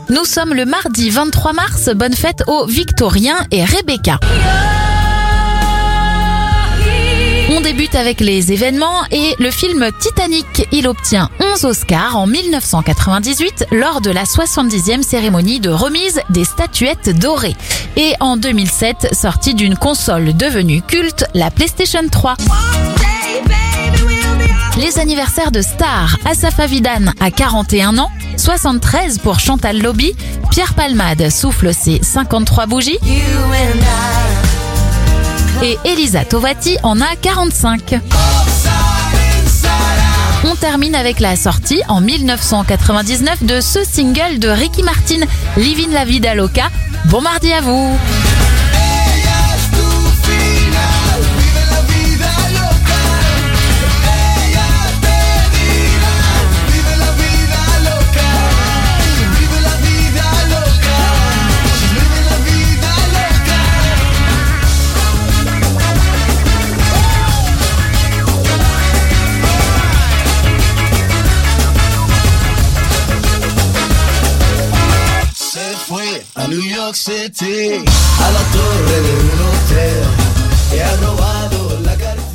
Nous sommes le mardi 23 mars, bonne fête aux Victorien et Rebecca. On débute avec les événements et le film Titanic. Il obtient 11 Oscars en 1998 lors de la 70e cérémonie de remise des statuettes dorées. Et en 2007, sortie d'une console devenue culte, la PlayStation 3. Les anniversaires de stars. Asaf Avidan a 41 ans, 73 pour Chantal Lobby, Pierre Palmade souffle ses 53 bougies et Elisa Tovati en a 45. On termine avec la sortie en 1999 de ce single de Ricky Martin, Livin' la Vida Loca. Bon mardi à vous! A New York City, a la torre de un hotel, y ha robado la cartera.